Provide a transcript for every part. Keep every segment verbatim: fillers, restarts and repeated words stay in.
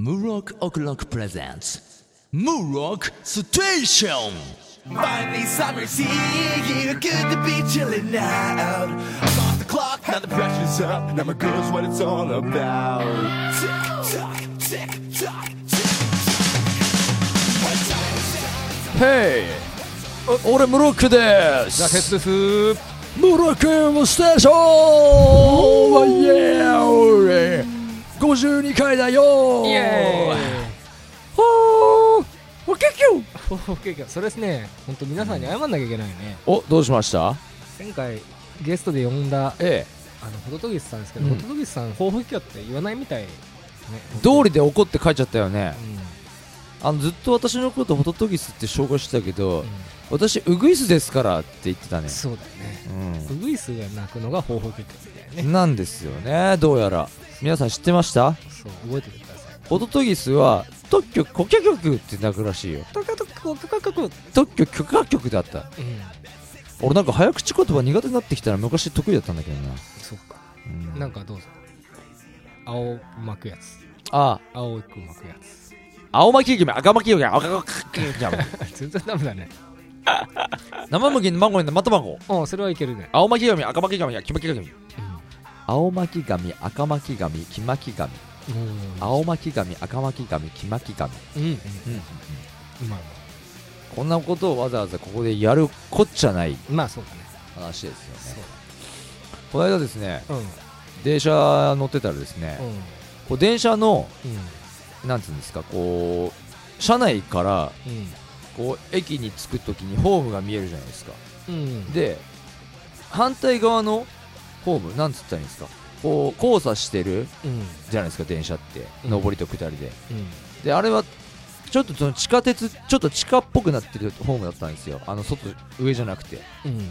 Murok O'Clock presents Murok Station. Finally summer's here, good to be chilling out. I'm off the clock, now the pressure's up. Now my girl's what it's all about. Tick tock, tick tock, tick tock. Hey! 俺ムロックでザ・ケす。 ツです。 ムロックステーション。イエーイごじゅうにかいだよ。 イエーイ。 ほーおけきゅう。 オッケーオッケー。それですね、本当皆さんに謝んなきゃいけないよね。 お、どうしました？ 前回ゲストで呼んだええ、 あのホトトギスさんですけど、 うんホトトギスさん抱負教って言わないみたいね。 道理で怒って書いちゃったよね。 うん、 あのずっと私のことホトトギスって紹介してたけど、 う私ウグイスですからって言ってたね。 ん、そうだよね。 うウグイスが鳴くのが抱負教みたいなね。 ん、なんですよね。どうやら皆さん知ってました？ そう覚えててください。 ホトトギスは特許許可局って鳴くらしいよ。 トカトカトカトカ。 特許許可局だった。 うん、 俺なんか早口言葉苦手になってきたら昔得意だったんだけどな。 そっか。 うん、 なんかどうぞ。青巻くやつ。 あ青く巻くやつ。 青巻き組赤巻き組赤巻き組全然ダメだね。 生麦の孫にまた孫ああ、それはいけるね。 青巻き紙赤巻き紙黄巻き紙う青巻き紙赤巻き紙黄巻き紙ん。 青巻き紙赤巻き紙黄巻き紙、 うん。うん。 うん、 うまい。 こんなことをわざわざここでやるこっちゃないまあそうだね。 話ですよそうね。この間ですね、 だ。うん。 電車乗ってたらですね、 うん。 こう電車のうん。 なんつうんですか、こう車内からうん。 こう駅に着くときにホームが見えるじゃないですか。 うん。 で反対側のホームなんつったらいいんですか、こう交差してるうん。 じゃないですか電車って、 うん上りと下りで。 うん。 であれはちょっとその地下鉄ちょっと地下っぽくなってるホームだったんですよ。あの外上じゃなくて。 うん。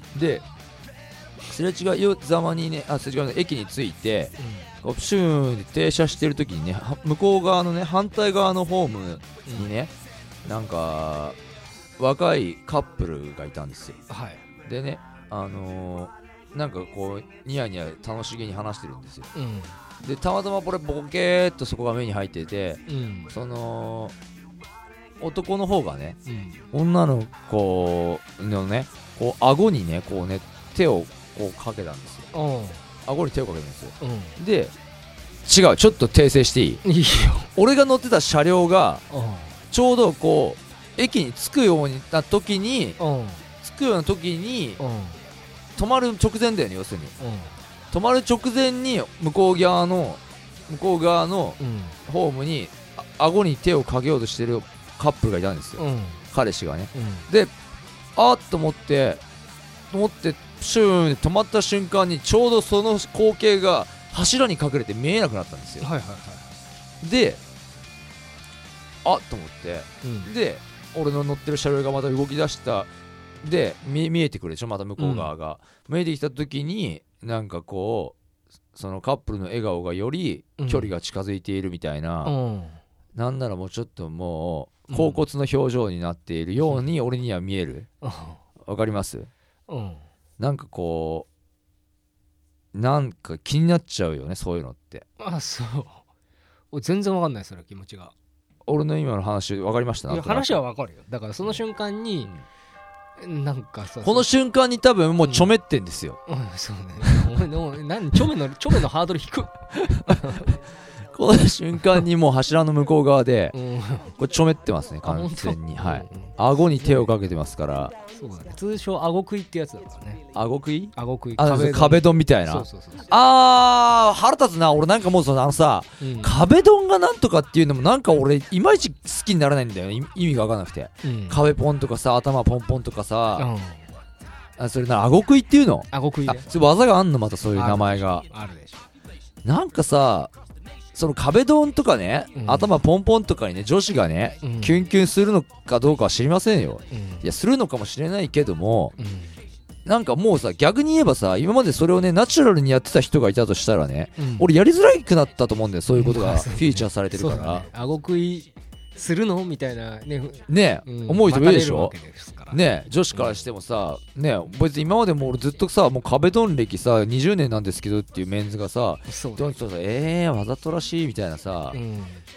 ですれ違いざまにね、あすれ違いの駅に着いてこうシューンで停車してる時にね、は向こう側のね反対側のホームにね、なんか若いカップルがいたんですよ。 はい。 でね、あのー、なんかこうニヤニヤ楽しげに話してるんですよ。 うん。 でたまたまこれボケーっとそこが目に入ってて、 うん。 その男の方がね、 うん。 女の子のねこう顎にねこうね手をこうかけたんですよ。 うん。 顎に手をかけたんですよ。 うん。 で違う、ちょっと訂正していい？ いいよ。 俺が乗ってた車両がうん。 ちょうどこう駅に着くようにな時にうん。 着くような時にうん。 止まる直前だよね。要するにうん。 止まる直前に向こう側の向こう側のうん。 ホームにあ顎に手をかけようとしてるカップルがいたんですよ。 うん。 彼氏がね。 うん。 であーっと思って思ってシューンって止まった瞬間にちょうどその光景が柱に隠れて見えなくなったんですよ。 はいはいはい。 であっと思って、 うん。 で俺の乗ってる車両がまた動き出したで 見, 見えてくるでしょ、また向こう側が、うん、見えてきた時になんかこうそのカップルの笑顔がより距離が近づいているみたいな、 うん。 なんならもうちょっともう恍惚の表情になっているように俺には見える。わかります？ うん。 なんかこうなんか気になっちゃうよね、そういうのって。 あ、そう。俺全然わかんない、それ気持ちが。 俺の今の話わかりました？ いや話はわかるよ。だからその瞬間に、なんかさ、 この瞬間に多分もうちょめってんですよ、 うん、そうね。お前の何チョメのチョメのハードル低っ。 この瞬間にもう柱の向こう側でうん、 これちょめってますね、完全に。はい、 うんうん、 顎に手をかけてますから。 そうだね。通称顎食いってやつだからね。 顎食い？ 顎食い。 あ、壁ドン、壁ドンみたいな。 そうそうそうそう。 あー腹立つな。俺なんかもうそのあのさ、うん、壁ドンがなんとかっていうのもなんか俺いまいち好きにならないんだよね、意味が分からなくて、うん、壁ポンとかさ頭ポンポンとかさ、うん、あそれな顎食いっていうの？ 顎食いで。 あ、そういう技があんの、またそういう名前があるでしょ。 なんかさ、その壁ドンとかね、うん、頭ポンポンとかにね女子がね、うん、キュンキュンするのかどうかは知りませんよ、うん、いやするのかもしれないけども、うん、なんかもうさ逆に言えばさ、今までそれをねナチュラルにやってた人がいたとしたらね、うん、俺やりづらくなったと思うんだよ、そういうことがフィーチャーされてるから、ね、 顎食いするのみたいなね、 ね、うん、思う人いるでしょ。ね、女子からしてもさ、ね、別に今までも俺ずっとさもう壁ドン歴さにじゅうねんなんですけどっていうメンズがさ、どんどんさえーわざとらしいみたいなさ、うん、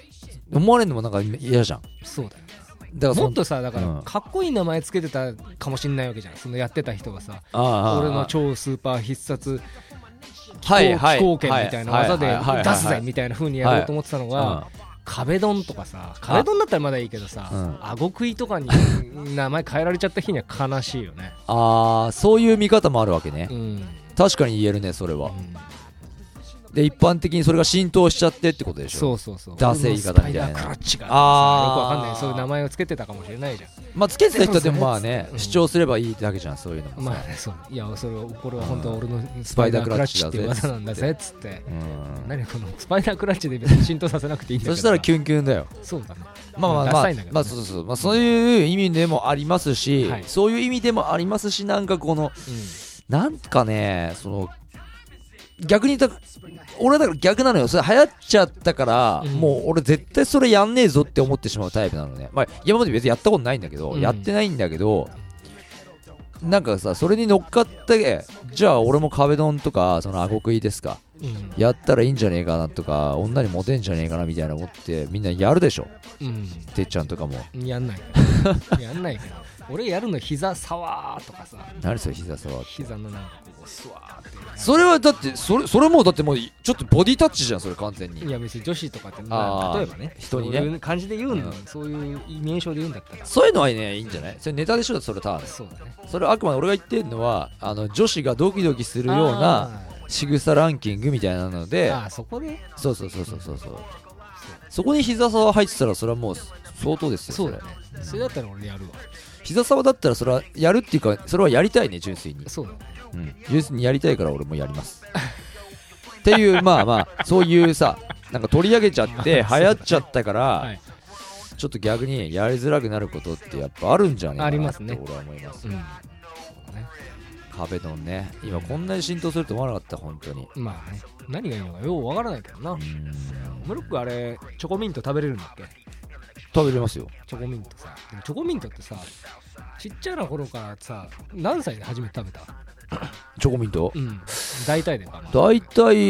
思われるのもなんか嫌じゃん。 そうだよ。 だからもっとさだから、 うんかっこいい名前つけてたかもしんないわけじゃん、そのやってた人がさ、 ああ俺の超スーパー必殺はいはい飛行機みたいな技ではいはいはいはい出すぜみたいな風にやろうと思ってたのが、壁ドンとかさ、壁ドンだったらまだいいけどさ、 うんあご食いとかに名前変えられちゃった日には悲しいよね。 ああそういう見方もあるわけね、 うん、 確かに言えるねそれは、 うんで一般的にそれが浸透しちゃってってことでしょ。 そうそうそう。 ダセい言い方みたいなスパイダークラッチがあーよくわかんないそういう名前をつけてたかもしれないじゃん。 まあつけてた人でもまあね、 うん主張すればいいだけじゃん、そういうのもさ、 まあね、そういやそれはこれは本当は俺のススパイダークパイダークラッラッチだぜチっていう技なんだぜっつって、 うん、 何このスパイダークラッチで別に浸透させなくていいんだけどそしたらキュンキュンだよ。 そうだね。 まあまあまあダサいんだけどねまあそうそう、まあ、そういう意味でもありますし、 はいそういう意味でもありますし、なんかこのなんかね、その逆に言った俺はだから逆なのよ。それ流行っちゃったから、 うんもう俺絶対それやんねえぞって思ってしまうタイプなのね。まあ今まで別にやったことないんだけど、 うんやってないんだけど、なんかさそれに乗っかってじゃあ俺も壁ドンとかそのあご食いですかうんうんやったらいいんじゃねえかなとか、女にモテんじゃねえかなみたいな思ってみんなやるでしょ。 うてっちゃんとかも。 んやんないけどやんないけど俺やるの膝触とかさ、 何それ膝触って。 膝のなんかこうスワーってそれはだってそれそれもうだってもうちょっとボディタッチじゃんそれ完全いに。 や別に女子とかってあー例えばね人にねそういう感じで言うんだ、 うんそういう名称で言うんだったらそういうのはねいいんじゃない。それネタでしょ。それただそうだね。 それはあくまで俺が言ってるのはあの女子がドキドキするようなあ仕草ランキングみたいなので、 ーあーそこでそうそうそうそうそうそう、そこに膝沢入ってたらそれはもう相当ですよ。 そうだね。それだったら俺やるわ。 膝沢だったらそれはやるっていうかそれはやりたいね純粋に。 そうだね。 うん純粋にやりたいから俺もやりますっていうまあまあそういうさなんか取り上げちゃって流行っちゃったから、 はい。 ちょっと逆にやりづらくなることってやっぱあるんじゃねえかなありますねって俺は思います。 うん。そうだね。 壁ドンね今こんなに浸透すると思わなかった本当に。 まあね。何がいいのかようわからないけどな。 うーんムロックあれチョコミント食べれるんだっけ？ 食べれますよ。 チョコミントさ。でもチョコミントってさ、ちっちゃいな頃からさ、何歳で初めて食べた？ チョコミントうん。大体でかな。 だいたい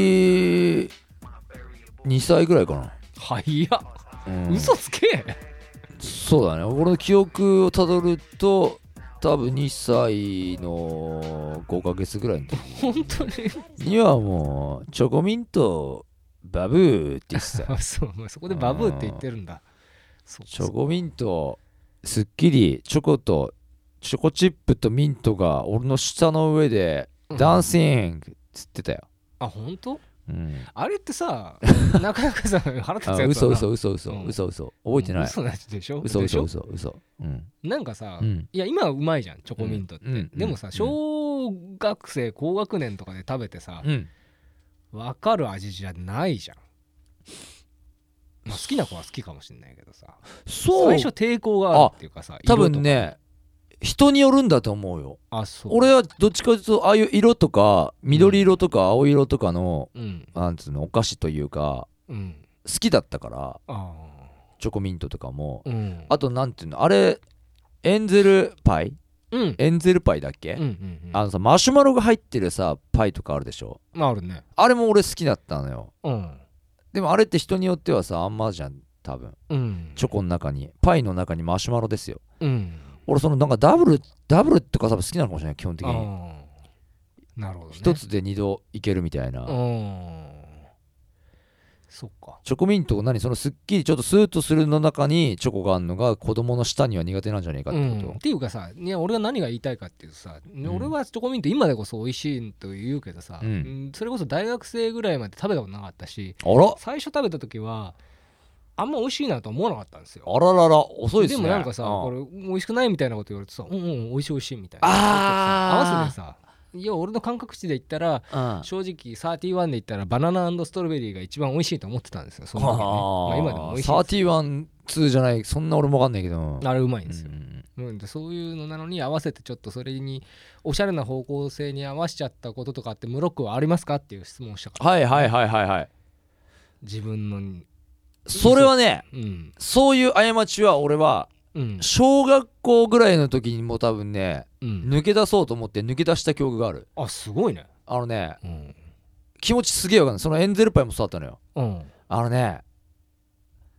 にさいぐらいかな。 はいや。 うん嘘つけ。 そうだね俺の記憶をたどると多分にさいのごかげつぐらいの時本当に。 にはもうチョコミントバブーって言ってたあそう、まあそこでバブーって言ってるんだ。そうチョコミントすっきりチョコとチョコチップとミントが俺の舌の上でダンシングっつってたよ。 あ、本当？ うんあれってさ、なかなかさ、腹立つやつだな。 あ嘘嘘嘘嘘うん嘘嘘覚えてない。 嘘なやつでしょ？ 嘘でしょ嘘嘘嘘うんなんかさ、 うんいや今はうまいじゃんチョコミントって、 うんうんでもさ、 うん小学生高学年とかで食べてさ、 うん分かる味じゃないじゃん、まあ、好きな子は好きかもしれないけどさ、 そう最初抵抗があるっていうかさ、 多分色ね人によるんだと思うよ。 とか、あそう俺はどっちかというとああいう色とか緑色とか青色とかの、 うんなんつうのお菓子というかうん好きだったからあチョコミントとかも、 ーうんあとなんていうのあれエンゼルパイうんエンゼルパイだっけ、 うんうんうんあのさマシュマロが入ってるさパイとかあるでしょ。 まああるねあれも俺好きだったのよ。 うんでもあれって人によってはさあんまじゃん多分うんチョコの中にパイの中にマシュマロですよ。 うん俺そのなんかダブルダブルとか多分好きなのかもしれない基本的に。 あーなるほどね一つで二度いけるみたいな。 うんそっかチョコミント何そのすっきりちょっとスーッとするの中にチョコがあるのが子供の舌には苦手なんじゃねえかってこと、 うん、っていうかさ、いや俺が何が言いたいかっていうとさ、 ん俺はチョコミント今でこそ美味しいと言うけどさ、 うんうんそれこそ大学生ぐらいまで食べたことなかったし、 あら最初食べた時はあんま美味しいなとは思わなかったんですよ。 あららら遅いですね。 でもなんかさ、 うんこれ美味しくないみたいなこと言われてさ、うんうん美味しい美味しいみたいな。 あー合わせてさ、いや俺の感覚値で言ったらうん正直サーティワンで言ったらバナナ&ストロベリーが一番美味しいと思ってたんですよ。その時ね。まあ今でも美味しいサーです。 ティワンツーじゃないそんな俺もわかんないけどあれうまいんですよ。 うんうん、でそういうのなのに合わせてちょっとそれにおしゃれな方向性に合わせちゃったこととかってムロックはありますかっていう質問をしたから、 はいはいはいはいはい自分のにそれはねうんそういう過ちは俺はうん小学校ぐらいの時にもう多分ねうん抜け出そうと思って抜け出した記憶がある。 あすごいねあのねうん気持ちすげえわかんない。そのエンゼルパイもそうだったのよ。 うんあのね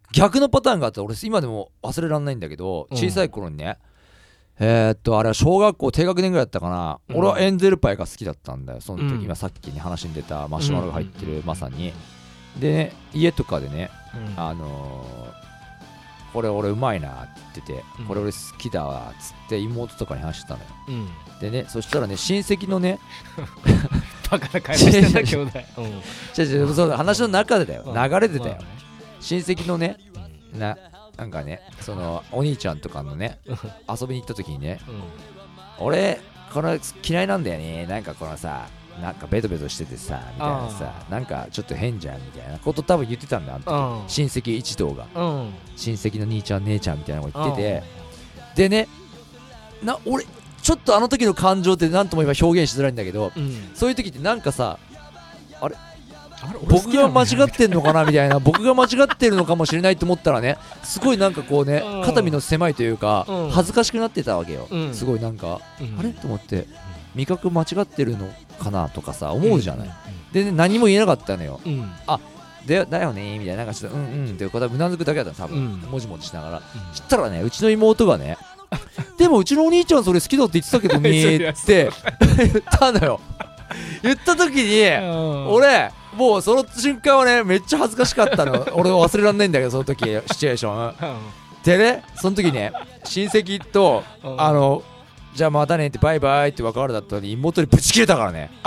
逆のパターンがあって俺今でも忘れらんないんだけど、小さい頃にね、えー、っとあれは小学校低学年ぐらいだったかな、うん、俺はエンゼルパイが好きだったんだよその時、うん、今さっきに話に出たマシュマロが入ってる、うん、まさにで、ね、家とかでね、うん、あのー、これ俺うまいなって言ってて、うん、これ俺好きだわっつって妹とかに話してたのよ、うん、でねそしたらね親戚のねバカな会話してんだ兄弟違う違うそう話の中でだよ、うん、流れてたよ、まあね、親戚のね、うん、ななんかねそのお兄ちゃんとかのね遊びに行った時にね、うん、俺これ嫌いなんだよねなんかこのさなんかベトベトしててさみたいなさなんかちょっと変じゃんみたいなこと多分言ってたんだあの時親戚一同が、うん、親戚の兄ちゃん姉ちゃんみたいなこと言っててでねな俺ちょっとあの時の感情って何とも今表現しづらいんだけど、うん、そういう時ってなんかさあれ僕が間違ってんのかなみたいな僕が間違ってるのかもしれないと思ったらねすごいなんかこうね肩身の狭いというか恥ずかしくなってたわけよ、うん、すごいなんか、うん、あれと思って味覚間違ってるのかなとかさ思うじゃない、うんうんうん、で、ね、何も言えなかったのよ、うん、あでだよねみたいななんかちょっとうんうんってこれうなずくだけだったの多分、うん、もじもじしながら、うん、知ったらねうちの妹がねでもうちのお兄ちゃんそれ好きだって言ってたけどねって言ったのよ言った時に俺もうその瞬間はねめっちゃ恥ずかしかったの俺は忘れらんないんだけどその時シチュエーションでねその時ね親戚とあのじゃあまたねってバイバイって別れだったのに妹にぶち切れたからね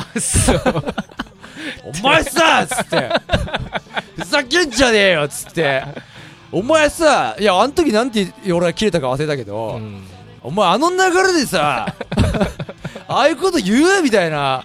お前さっつってふざけんじゃねえよっつってお前さいやあの時なんて俺は切れたか忘れたけど、うん、お前あの流れでさああいうこと言うみたいな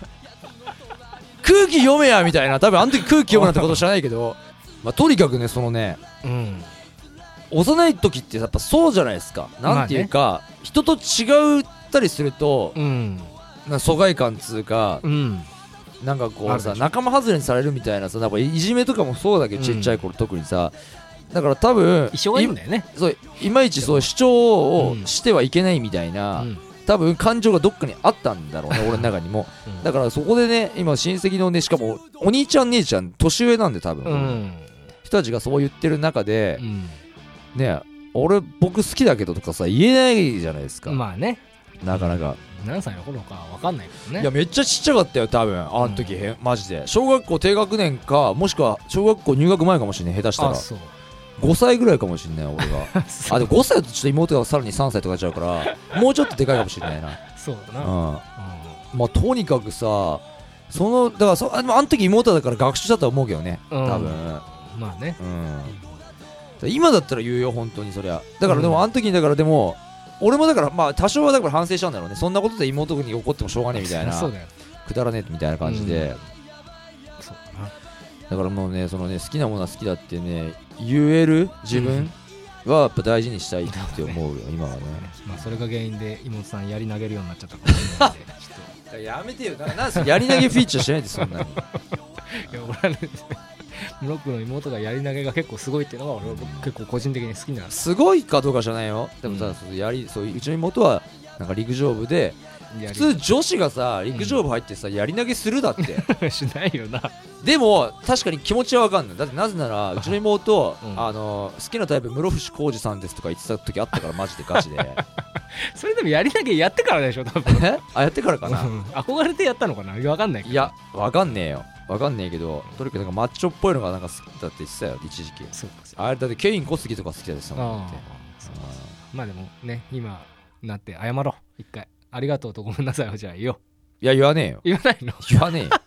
空気読めやみたいな多分あの時空気読むなんてこと知らないけどまあとにかくねそのね、うん、幼い時ってやっぱそうじゃないですかなんていうか、まあね、人と違ったりすると、うん、なんか疎外感つうか、うん、なんかこうさ仲間外れにされるみたいなさなんかいじめとかもそうだけど、うん、ちっちゃい頃特にさだから多分一緒がいいんだよねそういまいちそう主張をしてはいけないみたいな、うん多分感情がどっかにあったんだろうね俺の中にも、うん、だからそこでね今親戚のねしかもお兄ちゃん姉ちゃん年上なんで多分、うん、人たちがそう言ってる中で、うん、ね俺僕好きだけどとかさ言えないじゃないですかまあねなかなか何歳の頃か分かんないけどねいやめっちゃちっちゃかったよ多分あの時、うん、マジで小学校低学年かもしくは小学校入学前かもしれない下手したらあそうごさいぐらいかもしれない俺があでもごさいだとちょっと妹がさらにさんさいとかちゃうからもうちょっとでかいかもしれないなそうだな、 うんうん、まあとにかくさそのだからそ あ, あの時妹だから学習したとは思うけどね多分、うん、 まあね、 うん、今だったら言うよ本当にそりゃだからでも、うん、あの時にだからでも俺もだからまあ多少はだから反省したんだろうねそんなことで妹に怒ってもしょうがねえみたいなそうだよくだらねえみたいな感じで、うん、 そうだなだからもうねそのね好きなものは好きだってね言える自分はやっぱ大事にしたいって思うよ、うん、今はねまあそれが原因で妹さんやり投げるようになっちゃったかもしれないんでちょっとやめてよななんすやり投げフィーチャーしないでそんなにいや俺はねムロックの妹がやり投げが結構すごいっていうのが俺は結構個人的に好きなんですすごいかどうかじゃないよでもさ、うん、やりそううちの妹はなんか陸上部で普通女子がさ陸上部入ってさ、うん、やり投げするだってしないよなでも確かに気持ちは分かんないだってなぜならうちの妹、うん、あの好きなタイプ室伏浩二さんですとか言ってた時あったからマジでガチでそれでもやり投げやってからでしょ多分えあやってからかな、うん、 憧れてやったのかな分かんないけどいや分かんねえよ分かんねえけどとにかくなんかマッチョっぽいのがなんか好きだって言ってたよ一時期そうあれだってケイン小杉とか好きだってさまあでもね今なって謝ろう一回ありがとうとごめんなさいじゃあ言おういや言わねえよ言わないの言わねえよ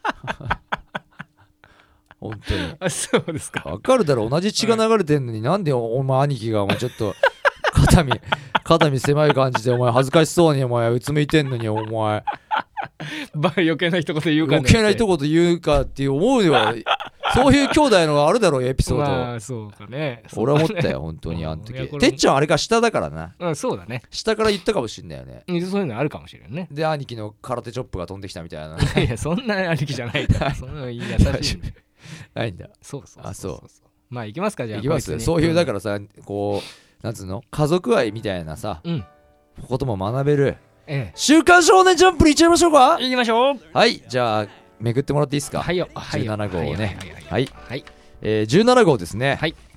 本当にあそうですか分かるだろ同じ血が流れてんのに、はい、なんでお前兄貴がお前ちょっと肩身肩身狭い感じでお前恥ずかしそうにお前うつむいてんのにお前余計な一言言うか余計な一言言うかって思うよそういう兄弟のあるだろうエピソードまあそうかね俺は思ったよ本当にあの時てっちゃんあれか下だからなうんそうだね下から言ったかもしんないよねそういうのあるかもしれんねで兄貴の空手チョップが飛んできたみたいないやそんな兄貴じゃないからそんなの優しいないんだそうそうあそうまあ行きますかじゃあ行きますそういうだからさこうなんつうの家族愛みたいなさ、うん、ことも学べる、ええ、週刊少年ジャンプに行っちゃいましょうか行きましょうはいじゃあめくってもらっていいですかはいよじゅうなな号をねはい、はいはいえー、じゅうなな号ですねはい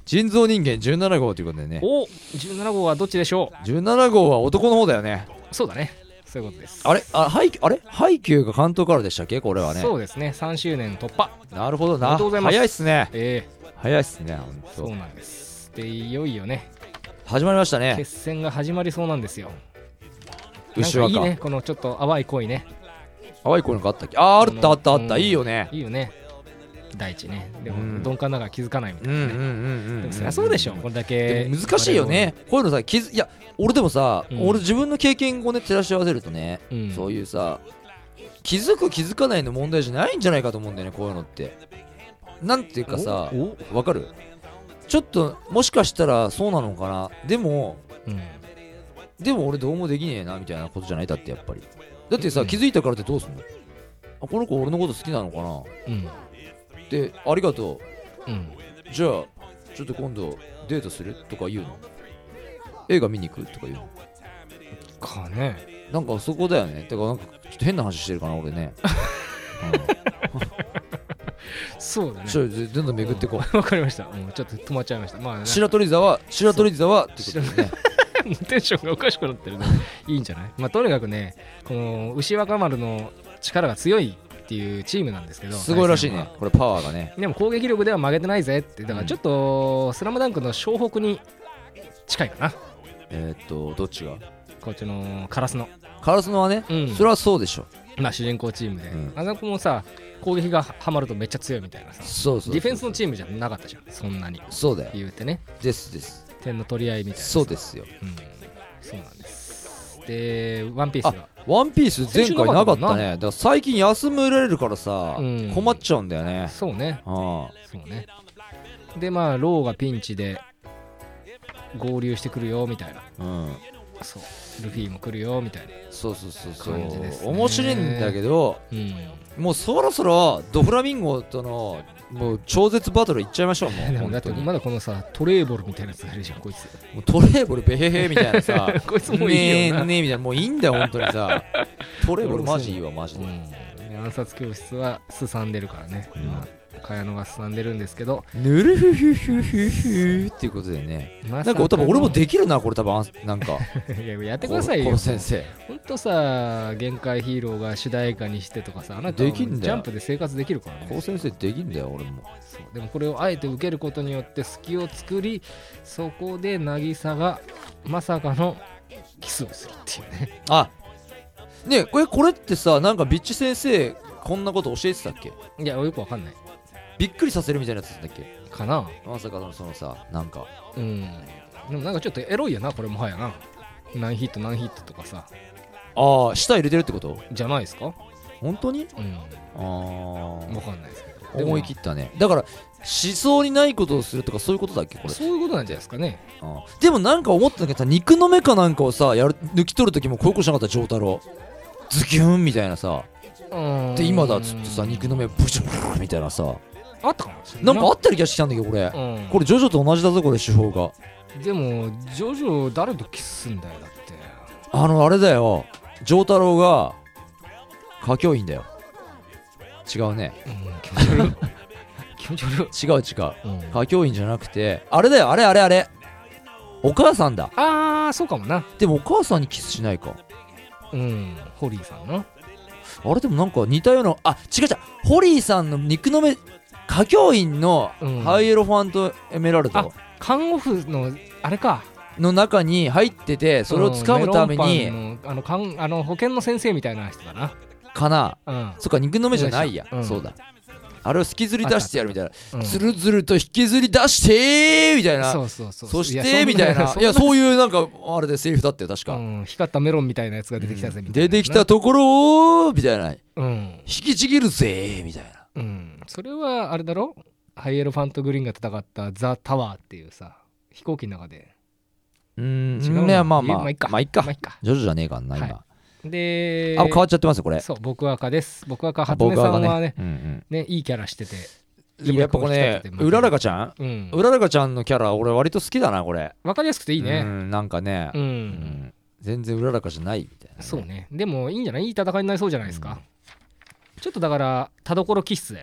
人造人間じゅうなな号ということでね。 おじゅうなな号はどっちでしょう。 じゅうなな号は男の方だよね。 そうだね、そういうことです。 あれあハイあれハイキューが関東からでしたっけこれはね。 そうですね、さんしゅうねん突破。 なるほどな。 ありがとうございます。 早いっすね。 ええー、早いっすね。ほんとそうなんです。でいよいよね始まりましたね。 決戦が始まりそうなんですよ。 牛若なんかいいね、このちょっと淡い恋ね。 淡い恋なんかあったっけ。あーあったあったあった、 うん、 いいよね。 いいよね大地ね。でも、 うん、 鈍感だから気づかないみたいなね。 うんうんうんうん、 でもそりゃそうでしょ、これだけ難しいよねこういうのさ。気づいや俺でもさ、うん、俺自分の経験をね照らし合わせるとね、うん、そういうさ気づく気づかないの問題じゃないんじゃないかと思うんだよね、こういうのって。なんていうかさ、わかる？ちょっともしかしたらそうなのかな。でも、うん、でも俺どうもできねえなみたいなことじゃない。だってやっぱりだってさ、うん、気づいたからってどうすんの。あこの子俺のこと好きなのかな、うん、でありがとう、うん、じゃあちょっと今度デートするとか言うの。映画見に行くとか言うのかね。なんかそこだよね。てかなんかちょっと変な話してるかな俺ね、うん、そうだね。ちょどんどん巡ってこう。わ、うん、かりました。もうちょっと止まっちゃいました。まあ、ね、白鳥沢白鳥沢ってことでねテンションがおかしくなってるねいいんじゃない。まあとにかくね、この牛若丸の力が強いっていうチームなんですけど、すごいらしいねこれパワーがね。でも攻撃力では負けてないぜって。だからちょっと、うん、スラムダンクの湘北に近いかな。えー、っとどっちがこっちのカラスのカラスのはね、うん、それはそうでしょ。まあ主人公チームで、うん、あの子もさ攻撃がハマるとめっちゃ強いみたいなさ。そうそうそうそう。ディフェンスのチームじゃなかったじゃんそんなに。そうだよ言うてね。ですです点の取り合いみたいな。そうですよ、うん、そうなんです。でワンピースがワンピース前回なかったね。だから最近休められるからさ、うん、困っちゃうんだよね。そうね。ああそうね。でまあローがピンチで合流してくるよみたいな、うん、そうルフィも来るよみたいな。そうそうそうそう感じですね。面白いんだけど、うん、もうそろそろドフラミンゴとのもう超絶バトルいっちゃいましょう。もうでもだってまだこのさトレーボルみたいなやつがいるじゃんこいつ。もうトレーボルベヘヘみたいなさこいつもういいよなねえねえみたいな。もういいんだよ本当にさトレーボルマジいいわマジで、うん、暗殺教室はすさんでるからね、うん、まあ茅野がすさんでるんですけど、ぬるふふふふふっていうことでね、ま、なんか多分俺もできるなこれ多分なんかいややってくださいよこの先生。ほんとさ限界ヒーローが主題歌にしてとかさ、あなたはジャンプで生活できるからね。この先生できんだよ俺も。そうでもこれをあえて受けることによって隙を作り、そこで渚がまさかのキスをするっていうね。あねえこれこれってさなんかビッチ先生こんなこと教えてたっけ。いやよくわかんない。びっくりさせるみたいなやつだっけかな。まさかのそのさなんかうんでもなんかちょっとエロいやなこれもはやな。何ヒット何ヒットとかさ。ああ舌入れてるってことじゃないですか本当に。うんああわかんないですけど思い切ったね。だから思想にないことをするとかそういうことだっけこれ。そういうことなんじゃないですかね。あでもなんか思ったんだけどさ肉の目かなんかをさやる抜き取るときもこういうことしなかった丈太郎ズキュンみたいなさで今だっつってさ肉の目ブシュブみたいなさあったかもしれない。なんかあったり気がしてきたんだけどこれ、うん、これジョジョと同じだぞこれ手法が。でもジョジョ誰とキスすんだよだって。あのあれだよ丈太郎が歌教員だよ。違うね、うん、気持ち悪い気持ち悪い違う違う、うん、歌教員じゃなくてあれだよあれあれあれお母さんだ。あーそうかもな。でもお母さんにキスしないか。うんホリーさんな。あれでもなんか似たようなあ違う違うホリーさんの肉の目歌教員のハイエロファントエメラルド、うん、あ看護婦のあれかの中に入っててそれを掴むために、うん、あのかんあの保健の先生みたいな人だなかな、うん、そっか肉の目じゃないや、うん、そうだあれを引きずり出してやるみたいな、ずるずると引きずり出してーみたいな。そうそうそうそしてみたいな。いやそういうなんかあれでセリフだったよ確か、うん、光ったメロンみたいなやつが出てきたぜみたいな、うん、出てきたところをみたいな、うん、引きちぎるぜーみたいな、うん、それはあれだろハイエロファントグリーンが戦ったザ・タワーっていうさ飛行機の中でうーん違う。いやまあまあまあいっかまあいっかジョジョじゃねえかな今、はい、であ変わっちゃってますこれ。そう僕赤です。僕赤初音さんはね、うんうんねいいキャラしてて。でもやっぱこれねうららかちゃん、うん、うららかちゃんのキャラ俺割と好きだなこれ。分かりやすくていいね。うんなんかね、うんうん、全然うららかじゃないみたいな、ね、そうね。でもいいんじゃないいい戦いになりそうじゃないですか、うん、ちょっとだから田所気質だよね。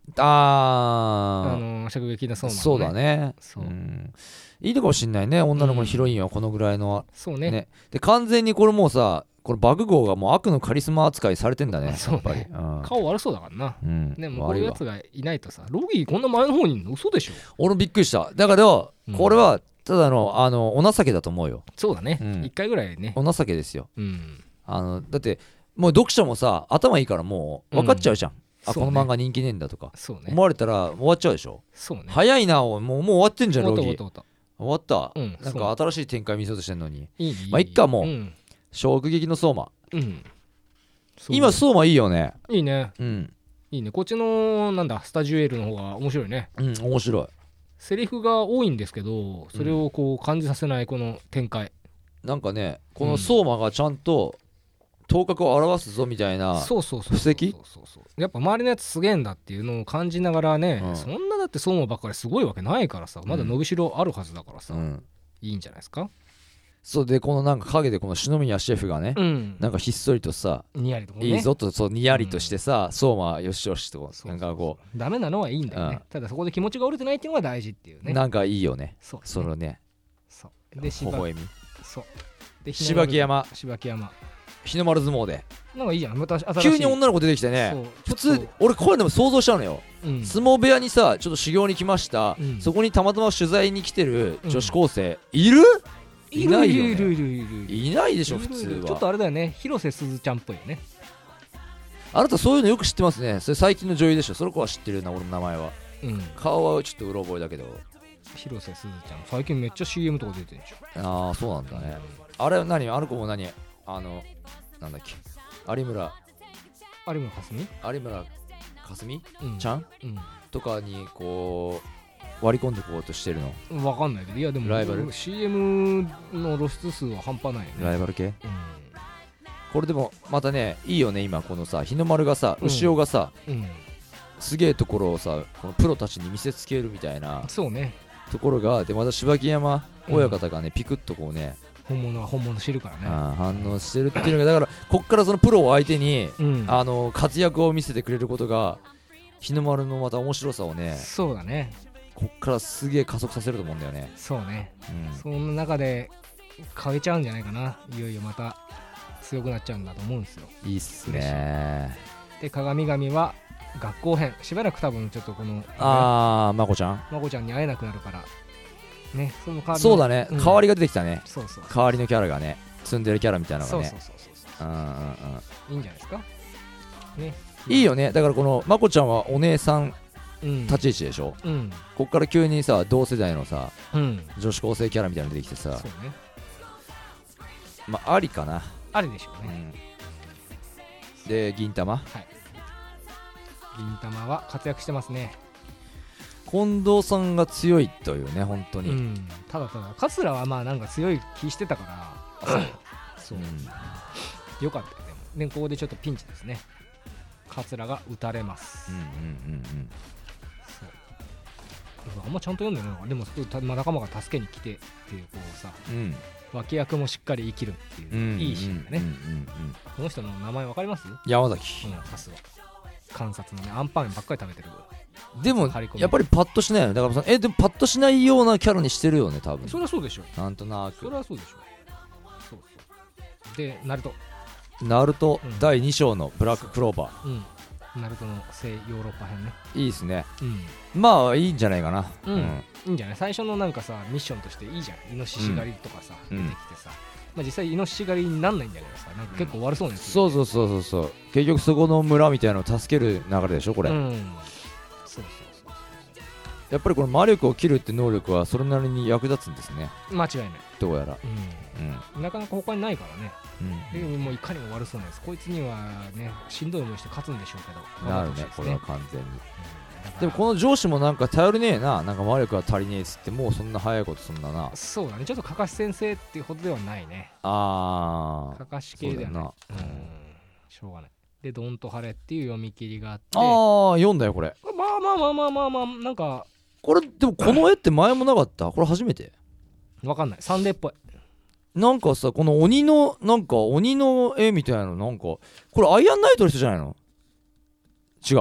ああの射撃の相馬の、ね、 そうだねそう、 うん、いいのかもしんないね女の子のヒロインはこのぐらいの、 うん、そうねねで完全にこれもうさこれバグ号がもう悪のカリスマ扱いされてんだねそうねやっぱり、うん、 顔悪そうだからな、 うん、 ねもうこういうやつがいないとさロギーこんな前の方にいるの嘘でしょ。 俺もびっくりしただから、うん、これはただのあのお情けだと思うよ。 そうだね、 うん、 いっかいぐらいねお情けですよ、 うん、 あのだってもう読者もさ頭いいからもう分かっちゃうじゃん、うんあ、この漫画人気ねえんだとか、 そうね、 思われたら終わっちゃうでしょ。 そうね早いなもうもう終わってんじゃんロギー。 終わった終わった、 うん、 なんか新しい展開見せようとしてんのにいいまあいっかもう、 うん、 衝撃の相馬、 うん、 今相馬いいよね。 いいね、 うん、 いいねこっちのなんだスタジュエルの方が面白いね。 うん面白い。 セリフが多いんですけどそれをこう感じさせないこの展開、 うん、なんかねこの相馬がちゃんと頭角を表すぞみたいな布石やっぱ周りのやつすげえんだっていうのを感じながらね、うん、そんなだって相馬ばっかりすごいわけないからさまだ伸びしろあるはずだからさ、うん、いいんじゃないですか。 そうでこのなんか陰でこの篠宮シェフがね、うん、なんかひっそりとさにやりとかねいいぞとそうにやりとしてさ、うん、相馬よしよしとなんかこうダメなのはいいんだよね、うん、ただそこで気持ちが折れてないっていうのが大事っていうね。 なんかいいよね。 そう、ね、 そのねそうで微笑みそうで柴木山柴木山日の丸相撲でなんかいいじゃんまた新しい急に女の子出てきてね普通俺こういうのも想像しちゃうのよ、うん、相撲部屋にさちょっと修行に来ました、うん、そこにたまたま取材に来てる女子高生、うん、いるいないよね。いるいるいるいるいないでしょ普通は。 ちょっとあれだよね広瀬すずちゃんっぽいよね。 あなたそういうのよく知ってますね。それ最近の女優でしょ。その子は知ってるな俺の名前は、うん、顔はちょっとうろ覚えだけど広瀬すずちゃん最近めっちゃ シーエム とか出てるでしょ。 ああそうなんだね、うん、あれ何あの子も何あのなんだっけ有村有村架純有村架純、うん、ちゃん、うん、とかにこう割り込んでこうとしてるの分かんないけどいやでもライバルシーエム の露出数は半端ないよね。 ライバル系、うん、これでもまたねいいよね今このさ日の丸がさ牛尾がさ、うん、すげえところをさこのプロたちに見せつけるみたいなそうねところがでまた柴木山親方がね、うん、ピクッとこうね本物は本物知るからねあ反応してるっていうのがだからこっからそのプロを相手に、うん、あの活躍を見せてくれることが日の丸のまた面白さをねそうだねこっからすげえ加速させると思うんだよね。 そうね、うん、その中で変えちゃうんじゃないかな。いよいよまた強くなっちゃうんだと思うんですよ。 いいっすね。 で鏡神は学校編しばらく多分ちょっとこのああまこちゃんまこちゃんに会えなくなるからねその代わりそうだね、うん、代わりが出てきたね。 そうそうそう代わりのキャラがね積んでるキャラみたいなのがねそうそうそうそううんうんうんいいんじゃないですかね。 いいよね。だからこのまこちゃんはお姉さん立ち位置でしょ、うん、こっから急にさ同世代のさ、うん、女子高生キャラみたいなの出てきてさそうねまあありかなありでしょうね、 うん、で銀玉、はい、 銀玉は活躍してますね。 近藤さんが強いというね本当に、うん、 ただただ桂はまあなんか強い気してたからそう、うん、よかったよね。でここでちょっとピンチですね。桂が打たれます。うんうんうんうんあんまちゃんと読んでないのか。でも、まあ、仲間が助けに来てっていうこうさ、うん、脇役もしっかり生きるっていう、うん、いいシーンだね、うんうんうん、この人の名前わかります？ 山崎、 うん、さすが観察のねアンパンばっかり食べてる。 でもやっぱりパッとしないよね。だからそのえでもパッとしないようなキャラにしてるよね多分。 それはそうでしょ。 なんとなくそれはそうでしょ。そうそうでナルトナルト、うん、だいに章のブラッククローバー、うんナルトの西ヨーロッパ編ね。 いいですね、うん、まあいいんじゃないかな、 うんうん、いいんじゃない。最初のなんかさミッションとしていいじゃん。イノシシ狩りとかさ、うん、出てきてさ、まあ、実際イノシシ狩りになんないんだけどさなんか結構悪そうなやつ、ね、 そうそうそうそうそう結局そこの村みたいなのを助ける流れでしょこれ、うん、そうそうそうやっぱりこの魔力を切るって能力はそれなりに役立つんですね。 間違いないどうやら、 うんうん、なかなか他にないからね、うん、でもういかにも悪そうなんです。こいつにはねしんどい思いして勝つんでしょうけどなるねこれは完全に、うん、でもこの上司もなんか頼りねえな。なんか魔力が足りねえっつってもうそんな早いことそんなな。 そうだねちょっとかかし先生っていうほどではないね。 ああかかし系ではない。うん、しょうがない。でドンと晴れっていう読み切りがあってああ読んだよこれ。 まあまあまあまあまあまあなんかこれでもこの絵って前もなかった？これ初めて？ わかんない。サンデーっぽい。 なんかさこの鬼のなんか鬼の絵みたいなのなんかこれアイアンナイトの人じゃないの？違う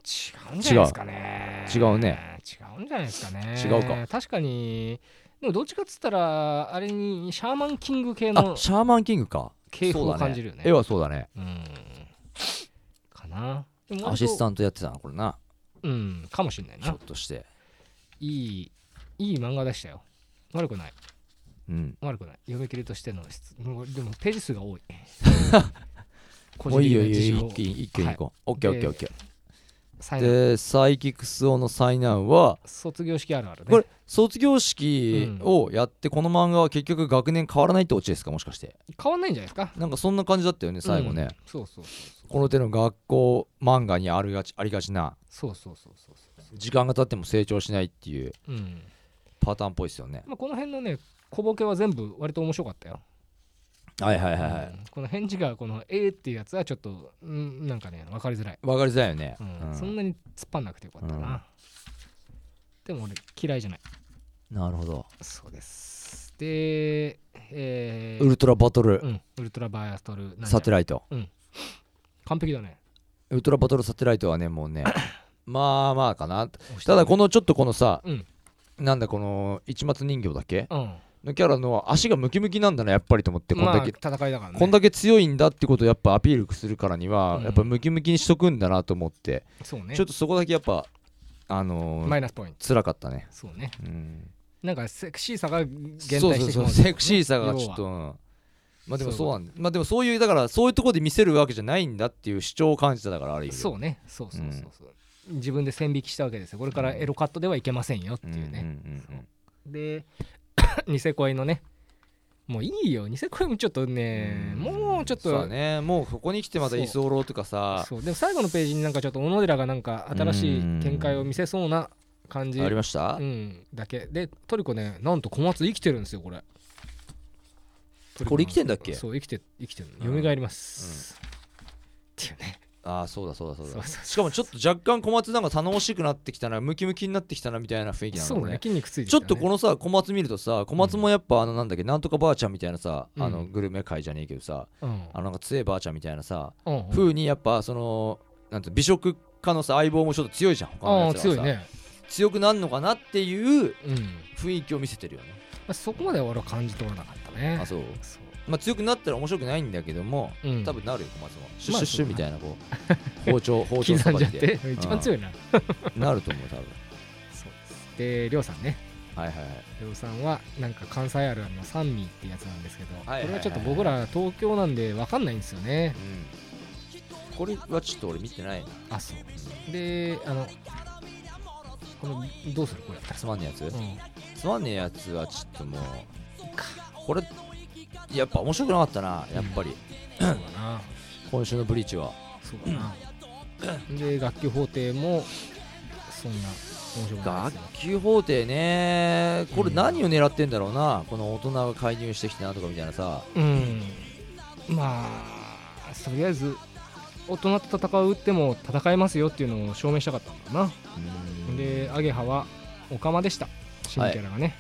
違うんじゃないですかね。 違うね。 違うんじゃないですかね。 違うか。 確かにでもどっちかっつったらあれにシャーマンキング系のあシャーマンキングか系譜を感じるよね。 絵はそうだね。 うんかな。でもアシスタントやってたなこれな。 うんかもしれないな。 ひょっとしていいいい漫画でしたよ。悪くない。 うん悪くない。読み切りとしての質もうでもページ数が多い。 もういいよいい個人よ的な事情一気に行こう。オッケーオッケーオッケー。 災難でサイキクスオの災難は卒業式あるあるね。 これ卒業式をやってこの漫画は結局学年変わらないってオチですかもしかして。 変わんないんじゃないですか。 なんかそんな感じだったよね最後ね、 うんそうそうそうそうこの手の学校漫画にあるがちありがちなそうそうそうそうそう時間が経っても成長しないっていううんパターンっぽいですよね。 まあ、この辺のね小ボケは全部割と面白かったよ。 はいはいはいはい、 うんこの返事がこの「えー」っていうやつはちょっとんなんかね分かりづらい、 分かりづらいよね、 うんうんそんなに突っ張んなくてよかったな、 うんでも俺嫌いじゃない。 なるほど。 そうですで、えーウルトラバトルうん、ウルトラバイアトルサテライト、 完璧だね。 ウルトラバトルサテライトはねもうねまあまあかな。ただこのちょっとこのさ、 うんなんだこの市松人形だっけうんのキャラの足がムキムキなんだなやっぱりと思って、こんだけ、 まあ、戦いだからね。 こんだけ強いんだってことをやっぱアピールするからには、 うんやっぱムキムキにしとくんだなと思って、 そうねちょっとそこだけやっぱあのー、 マイナスポイント。 辛かったね。 そうねうんなんかセクシーさが減退してしそうまうそうそうセクシーさがちょっと、うんまあでもそうなんだ。まあでもそういうだからそういうところで見せるわけじゃないんだっていう主張を感じただからある意味。 そうねそうそうそうそう、自分で線引きしたわけですよ。これからエロカットではいけませんよっていうね、 うんうんうんうんでニセ恋のねもういいよニセ恋もちょっとねうんもうちょっとそうだね。もうここに来てまた居候とかさそうでも最後のページになんかちょっと小野寺がなんか新しい展開を見せそうな感じありましたう。んだけでトリコねなんと小松生きてるんですよこれ。 これ生きてんだっけ。 そう生きて生きてるの蘇ります、っていうね。 ああそうだそうだそうだ。 そうそうそうしかもちょっと若干小松なんか頼もしくなってきたな、ムキムキになってきたなみたいな雰囲気なのね。 そうね筋肉ついてきちょたねっとこのさ小松見るとさ小松もやっぱあのなんだっけなんとかばあちゃんみたいなさ、 うんあのグルメ界じゃねえけどさ、 うんあのなんか強いばあちゃんみたいなさ、 うんうん風にやっぱそのなんて美食家のさ相棒もちょっと強いじゃん他のああやつらはさ強いね。 強くなるのかなっていううん雰囲気を見せてるよね。 まあそこまでは俺は感じ取らなかったね。 あそうそうまあ強くなったら面白くないんだけども、 うん多分なるよ小松もシュッまあシュッシュみたいなこう包丁包丁刻んじゃっさばて一番強いな。 いなると思う多分。 そうですでりょうさんねはいはいはい。 りょうさんはなんか関西あるあるのサンミーってやつなんですけど、 はいはいはいこれはちょっと僕ら東京なんで分かんないんですよね。 うん、これはちょっと俺見てないな。 あそうであのこのどうするこれ、 つまんねえやつ、 うん、 つまんねえやつはちょっともうこれやっぱ面白くなかったなやっぱり、 そうだな今週のブリーチは。 そうだなで学級法廷もそんな面白くない学ですよ。 級法廷ねこれ何を狙ってんだろうな、この大人が介入してきてなとかみたいなさ。 うんまあとりあえず大人と戦うっても戦えますよっていうのを証明したかったんだな。 うんでアゲハはオカマでした新キャラがね、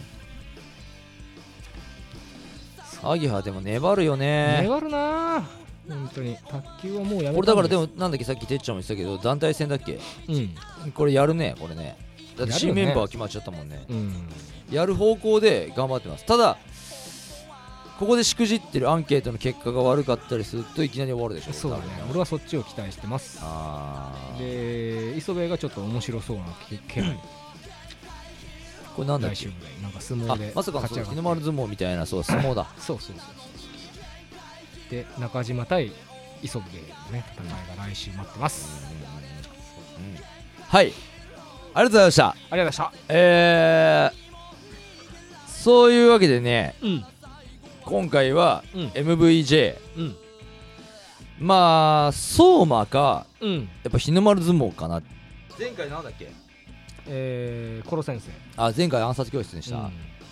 アギハでも粘るよね。 粘るな本当に卓球はもうやめたんこれだからでももなんだっけさっきてっちゃんも言ってたけど団体戦だっけうんこれやるねこれね。だって新やるよねメンバー決まっちゃったもんね。 うんやる方向で頑張ってます。ただここでしくじってるアンケートの結果が悪かったりするといきなり終わるでしょ。 そうだね多分俺はそっちを期待してます。 あーで磯部がちょっと面白そうな気配これなんだっけ来週ぐらいなんか相撲あでまさかのそう勝ち上がって日の丸相撲みたいなそう相撲だ。 そうそうそうそうで中島対磯部のね戦いが来週待ってます。 うんはいありがとうございました。 ありがとうございました。 えー、そういうわけでねうん今回はうんエムブイジェー、 うんまあ相馬かうんやっぱ日の丸相撲かな。前回なんだっけえーコロ先生あ前回暗殺教室でした、 うん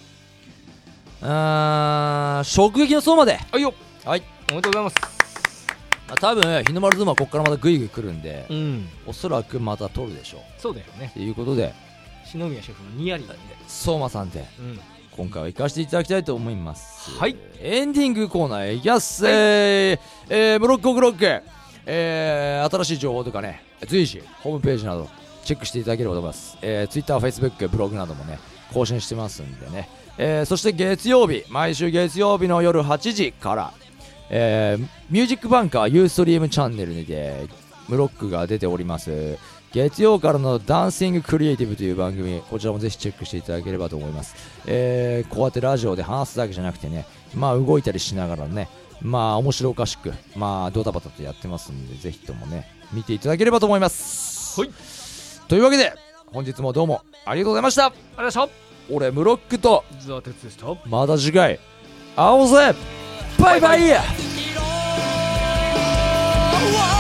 あー直撃の相馬ではいよはい、 おめでとうございます。 まあ、多分日の丸相撲はここからまたグイグイ来るんで、 うんおそらくまた取るでしょうそうだよねということで篠宮シェフのニヤリなんで相馬さんでうん今回は行かせていただきたいと思います。 はいエンディングコーナーへ行きます、えーえーブロックオクロック、えー新しい情報とかね、 随時ホームページなどチェックしていただければと思います、えー、Twitter、Facebook、ブログなどもね更新してますんでね、えー、そして月曜日毎週月曜日の夜はちじから、えー、ミュージックバンカーユーストリームチャンネルでムロックが出ております。月曜からのダンシングクリエイティブという番組、こちらもぜひチェックしていただければと思います、えー、こうやってラジオで話すだけじゃなくてね、まあ動いたりしながらね、まあ面白おかしく、まあドタバタとやってますんで、ぜひともね見ていただければと思います。はい、というわけで本日もどうもありがとうございました。 ありがとうございました。 俺ムロックとザ・テツでした。 また次回会おうぜ。バイバイ。 Oh